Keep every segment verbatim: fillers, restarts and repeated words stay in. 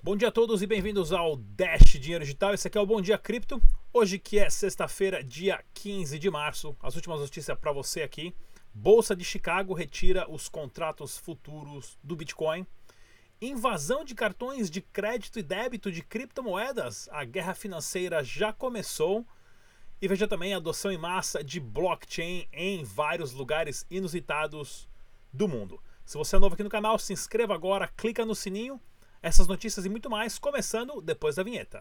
Bom dia a todos e bem-vindos ao Dash Dinheiro Digital. Esse aqui é o Bom Dia Cripto. Hoje que é sexta-feira, dia quinze de março. As últimas notícias para você aqui. Bolsa de Chicago retira os contratos futuros do Bitcoin. Invasão de cartões de crédito e débito de criptomoedas. A guerra financeira já começou. E veja também a adoção em massa de blockchain em vários lugares inusitados do mundo. Se você é novo aqui no canal, se inscreva agora, clica no sininho. Essas notícias e muito mais, começando depois da vinheta.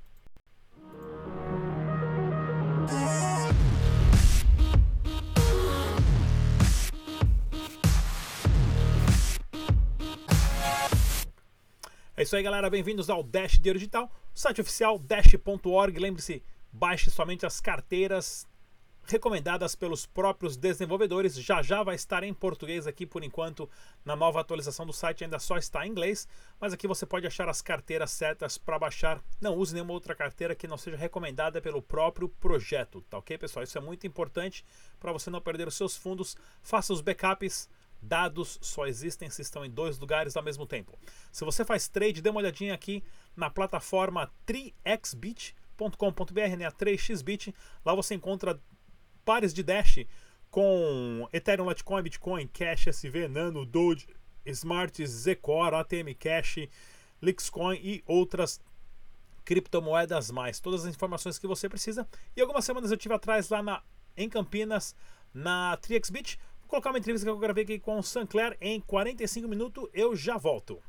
É isso aí, galera, bem-vindos ao Dash Dinheiro Digital, site oficial dash ponto org. Lembre-se, baixe somente as carteiras recomendadas pelos próprios desenvolvedores. Já já vai estar em português aqui por enquanto. Na nova atualização do site ainda só está em inglês, mas aqui você pode achar as carteiras certas para baixar. Não use nenhuma outra carteira que não seja recomendada pelo próprio projeto, tá ok, pessoal? Isso é muito importante para você não perder os seus fundos. Faça os backups. Dados só existem se estão em dois lugares ao mesmo tempo. Se você faz trade, dê uma olhadinha aqui na plataforma três x bit ponto com ponto br, né? A três x bit. Lá você encontra pares de Dash com Ethereum, Litecoin, Bitcoin, Cash, S V, Nano, Doge, Smart, Zcore, A T M Cash, Lixcoin e outras criptomoedas mais. Todas as informações que você precisa. E algumas semanas eu tive atrás lá na, em Campinas, na três x bit. Vou colocar uma entrevista que eu gravei aqui com o Sancler em quarenta e cinco minutos. Eu já volto.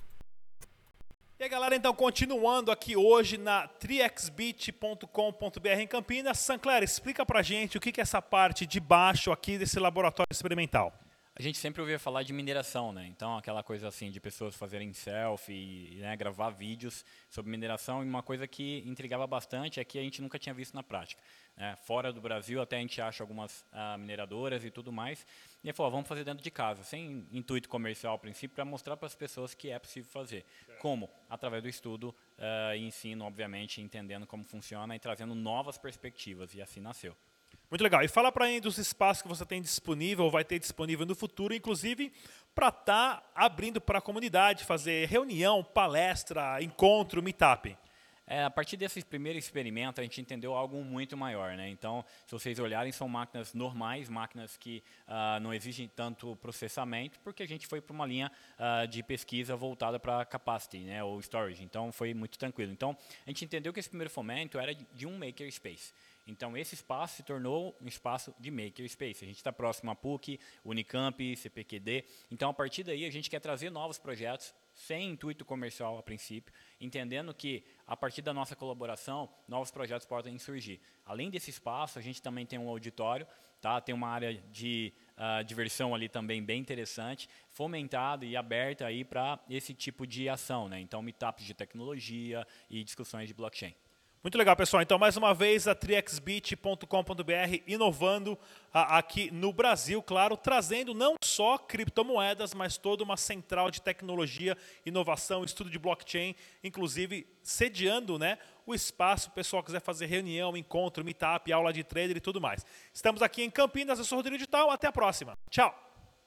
E aí, galera, então continuando aqui hoje na três x bit ponto com ponto br em Campinas. Sancler, explica pra gente o que é essa parte de baixo aqui desse laboratório experimental. A gente sempre ouvia falar de mineração, né? Então, aquela coisa assim de pessoas fazerem selfie, né, gravar vídeos sobre mineração. E uma coisa que intrigava bastante é que a gente nunca tinha visto na prática. Né? Fora do Brasil, até a gente acha algumas ah, mineradoras e tudo mais. E ele falou, vamos fazer dentro de casa, sem intuito comercial, a princípio, para mostrar para as pessoas que é possível fazer. Como? Através do estudo uh, e ensino, obviamente, entendendo como funciona e trazendo novas perspectivas. E assim nasceu. Muito legal. E fala para mim dos espaços que você tem disponível, ou vai ter disponível no futuro, inclusive para estar tá abrindo para a comunidade, fazer reunião, palestra, encontro, meetup. É, a partir desse primeiro experimento, a gente entendeu algo muito maior. Né? Então, se vocês olharem, são máquinas normais, máquinas que uh, não exigem tanto processamento, porque a gente foi para uma linha uh, de pesquisa voltada para capacity, né, ou storage. Então, foi muito tranquilo. Então, a gente entendeu que esse primeiro fomento era de um makerspace. Então, esse espaço se tornou um espaço de makerspace. A gente está próximo a P U C, Unicamp, C P Q D. Então, a partir daí, a gente quer trazer novos projetos, sem intuito comercial a princípio, entendendo que, a partir da nossa colaboração, novos projetos podem surgir. Além desse espaço, a gente também tem um auditório, tá? Tem uma área de uh, diversão ali também bem interessante, fomentada e aberta para esse tipo de ação. Né? Então, meetups de tecnologia e discussões de blockchain. Muito legal, pessoal. Então, mais uma vez, a três x bit ponto com ponto br inovando a, aqui no Brasil, claro, trazendo não só criptomoedas, mas toda uma central de tecnologia, inovação, estudo de blockchain, inclusive sediando, né, o espaço, o pessoal quiser fazer reunião, encontro, meetup, aula de trader e tudo mais. Estamos aqui em Campinas, eu sou Rodrigo Digital, até a próxima. Tchau!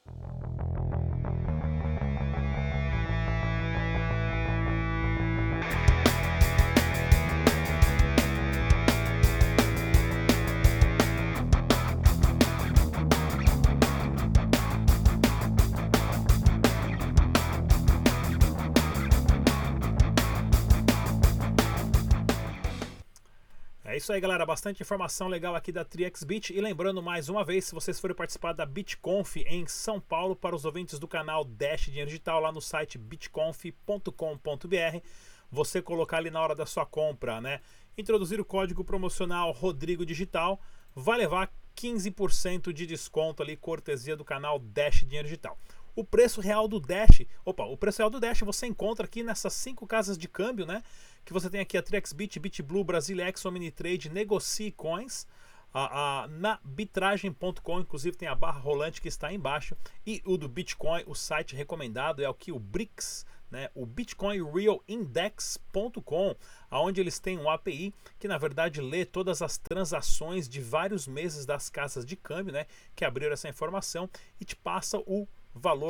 É isso aí, galera, bastante informação legal aqui da três x bit. E lembrando mais uma vez, se vocês forem participar da BitConf em São Paulo, para os ouvintes do canal Dash Dinheiro Digital, lá no site bitconf ponto com ponto br, você colocar ali na hora da sua compra, né, introduzir o código promocional Rodrigo Digital, vai levar quinze por cento de desconto ali, cortesia do canal Dash Dinheiro Digital. O preço real do Dash, opa, o preço real do Dash você encontra aqui nessas cinco casas de câmbio, né? Que você tem aqui a três x bit, BitBlue, Brasilex, Omnitrade, Negocie Coins, a, a, na bitragem ponto com, inclusive tem a barra rolante que está aí embaixo, e o do Bitcoin, o site recomendado é o que o Brix, né, o bitcoin real index ponto com, onde eles têm um A P I que na verdade lê todas as transações de vários meses das casas de câmbio, né, que abriram essa informação e te passa o valor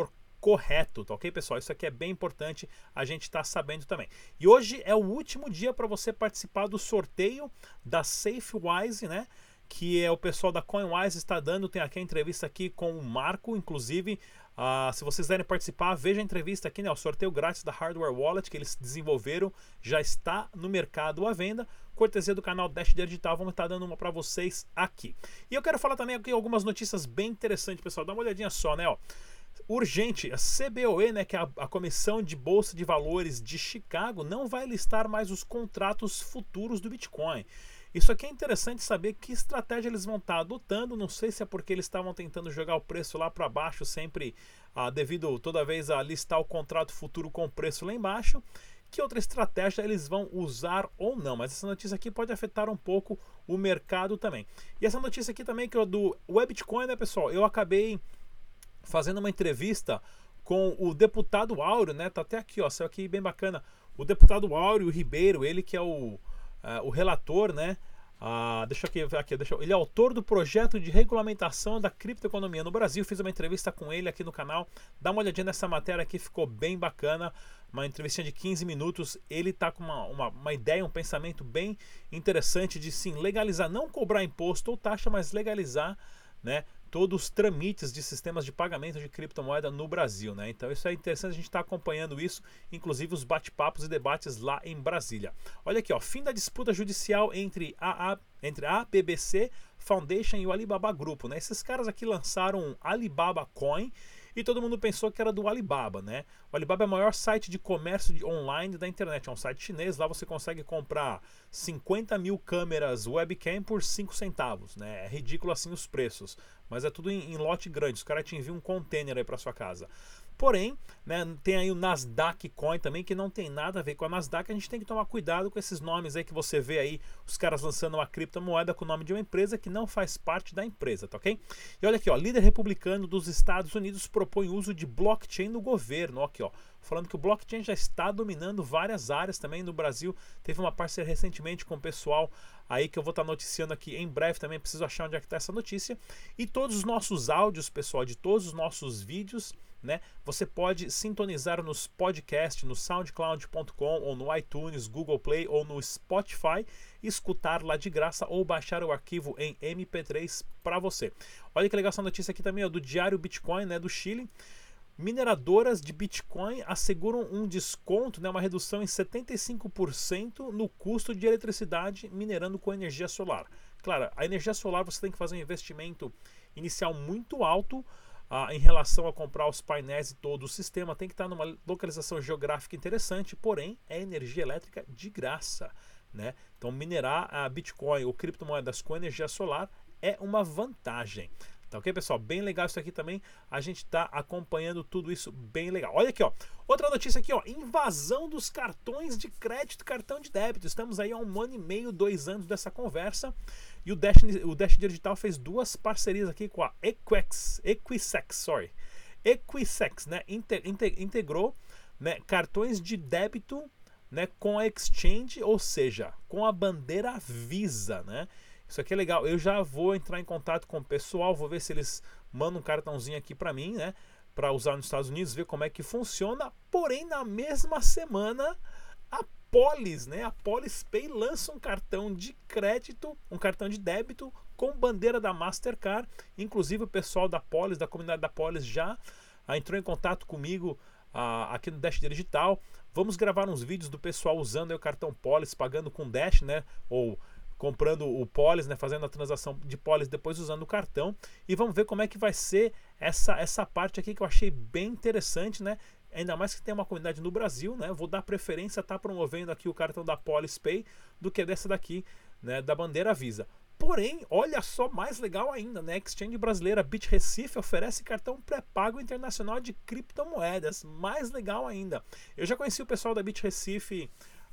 correto, tá ok, pessoal? Isso aqui é bem importante a gente estar tá sabendo também. E hoje é o último dia para você participar do sorteio da SafeWise, né? Que é o pessoal da CoinWise está dando. Tem aqui a entrevista aqui com o Marco, inclusive. Uh, se vocês quiserem participar, veja a entrevista aqui, né? O sorteio grátis da Hardware Wallet que eles desenvolveram já está no mercado à venda. Cortesia do canal Dash Digital, vamos estar dando uma para vocês aqui. E eu quero falar também aqui algumas notícias bem interessantes, pessoal. Dá uma olhadinha só, né? Ó. Urgente, a C B O E, né, que é a, a Comissão de Bolsa de Valores de Chicago, não vai listar mais os contratos futuros do Bitcoin. Isso aqui é interessante saber que estratégia eles vão estar adotando. Não sei se é porque eles estavam tentando jogar o preço lá para baixo, sempre ah, devido toda vez a listar o contrato futuro com o preço lá embaixo. Que outra estratégia eles vão usar ou não. Mas essa notícia aqui pode afetar um pouco o mercado também. E essa notícia aqui também, que é do Webitcoin, né, pessoal? Eu acabei fazendo uma entrevista com o deputado Áureo, né? Tá até aqui, ó, saiu aqui bem bacana. O deputado Áureo Ribeiro, ele que é o... Uh, o relator, né? Uh, deixa aqui, aqui deixa, ele é autor do projeto de regulamentação da criptoeconomia no Brasil. Fiz uma entrevista com ele aqui no canal. Dá uma olhadinha nessa matéria aqui, ficou bem bacana. Uma entrevistinha de quinze minutos. Ele tá com uma, uma, uma ideia, um pensamento bem interessante de sim legalizar, não cobrar imposto ou taxa, mas legalizar, né? Todos os trâmites de sistemas de pagamento de criptomoeda no Brasil, né? Então isso é interessante, a gente está acompanhando isso, inclusive os bate-papos e debates lá em Brasília. Olha aqui, ó, fim da disputa judicial entre a, a, entre a B B C Foundation e o Alibaba Grupo, né? Esses caras aqui lançaram um Alibaba Coin e todo mundo pensou que era do Alibaba, né? O Alibaba é o maior site de comércio de online da internet, é um site chinês, lá você consegue comprar cinquenta mil câmeras webcam por cinco centavos, né? É ridículo assim os preços, mas é tudo em, em lote grande, os caras te enviam um container aí para sua casa. Porém, né, tem aí o Nasdaq Coin também, que não tem nada a ver com a Nasdaq. A gente tem que tomar cuidado com esses nomes aí que você vê aí, os caras lançando uma criptomoeda com o nome de uma empresa que não faz parte da empresa, tá ok? E olha aqui, ó, líder republicano dos Estados Unidos propõe uso de blockchain no governo, ó, aqui, ó, falando que o blockchain já está dominando várias áreas também no Brasil. Teve uma parceria recentemente com o pessoal aí que eu vou estar noticiando aqui em breve também, preciso achar onde é que está essa notícia. E todos os nossos áudios, pessoal, de todos os nossos vídeos, né, você pode sintonizar nos podcasts, no soundcloud ponto com ou no iTunes, Google Play ou no Spotify, escutar lá de graça ou baixar o arquivo em M P três para você. Olha que legal essa notícia aqui também, ó, do Diário Bitcoin, né, do Chile. Mineradoras de Bitcoin asseguram um desconto, né, uma redução em setenta e cinco por cento no custo de eletricidade minerando com energia solar. Claro, a energia solar você tem que fazer um investimento inicial muito alto ah, em relação a comprar os painéis e todo o sistema. Tem que estar numa localização geográfica interessante, porém é energia elétrica de graça, né? Então minerar a Bitcoin ou criptomoedas com energia solar é uma vantagem. Tá ok, pessoal? Bem legal isso aqui também. A gente está acompanhando tudo isso bem legal. Olha aqui, ó. Outra notícia aqui, ó. Invasão dos cartões de crédito e cartão de débito. Estamos aí há um ano e meio, dois anos dessa conversa. E o Dash, o Dash Digital fez duas parcerias aqui com a Equisex, Equisex, sorry. Equisex, né? Inte, inte, integrou, né, cartões de débito, né, com a Exchange, ou seja, com a bandeira Visa, né? Isso aqui é legal. Eu já vou entrar em contato com o pessoal, vou ver se eles mandam um cartãozinho aqui para mim, né, para usar nos Estados Unidos, ver como é que funciona. Porém, na mesma semana, a Polis, né, a PolisPay lança um cartão de crédito, um cartão de débito com bandeira da Mastercard. Inclusive o pessoal da Polis, da comunidade da Polis, já ah, entrou em contato comigo ah, aqui no Dash Digital. Vamos gravar uns vídeos do pessoal usando aí o cartão Polis, pagando com Dash, né, ou comprando o Polis, né, fazendo a transação de Polis, depois usando o cartão. E vamos ver como é que vai ser essa, essa parte aqui que eu achei bem interessante, né? Ainda mais que tem uma comunidade no Brasil, né? Vou dar preferência a estar promovendo aqui o cartão da PolisPay do que dessa daqui, né, da bandeira Visa. Porém, olha só, mais legal ainda, né? Exchange brasileira BitRecife oferece cartão pré-pago internacional de criptomoedas. Mais legal ainda. Eu já conheci o pessoal da BitRecife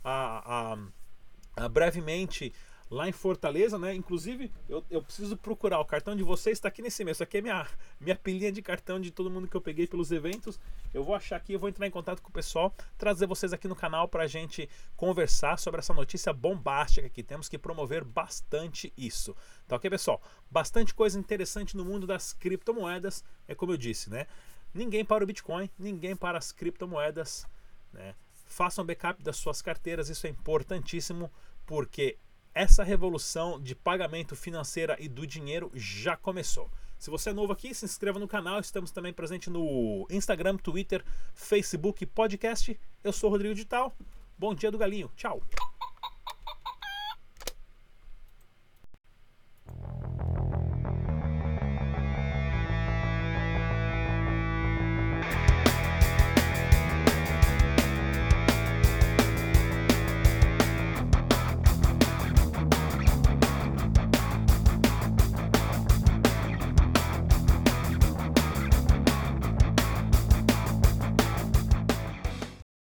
a, a, a, brevemente lá em Fortaleza, né? Inclusive, eu, eu preciso procurar. O cartão de vocês está aqui nesse mês. Isso aqui é minha, minha pilhinha de cartão de todo mundo que eu peguei pelos eventos. Eu vou achar aqui, eu vou entrar em contato com o pessoal, trazer vocês aqui no canal para a gente conversar sobre essa notícia bombástica aqui. Temos que promover bastante isso. Tá ok, pessoal? Bastante coisa interessante no mundo das criptomoedas. É como eu disse, né? ninguém para o Bitcoin, ninguém para as criptomoedas, né? Façam backup das suas carteiras, isso é importantíssimo, porque essa revolução de pagamento financeira e do dinheiro já começou. Se você é novo aqui, se inscreva no canal. Estamos também presentes no Instagram, Twitter, Facebook e podcast. Eu sou o Rodrigo Digital. Bom dia do Galinho. Tchau.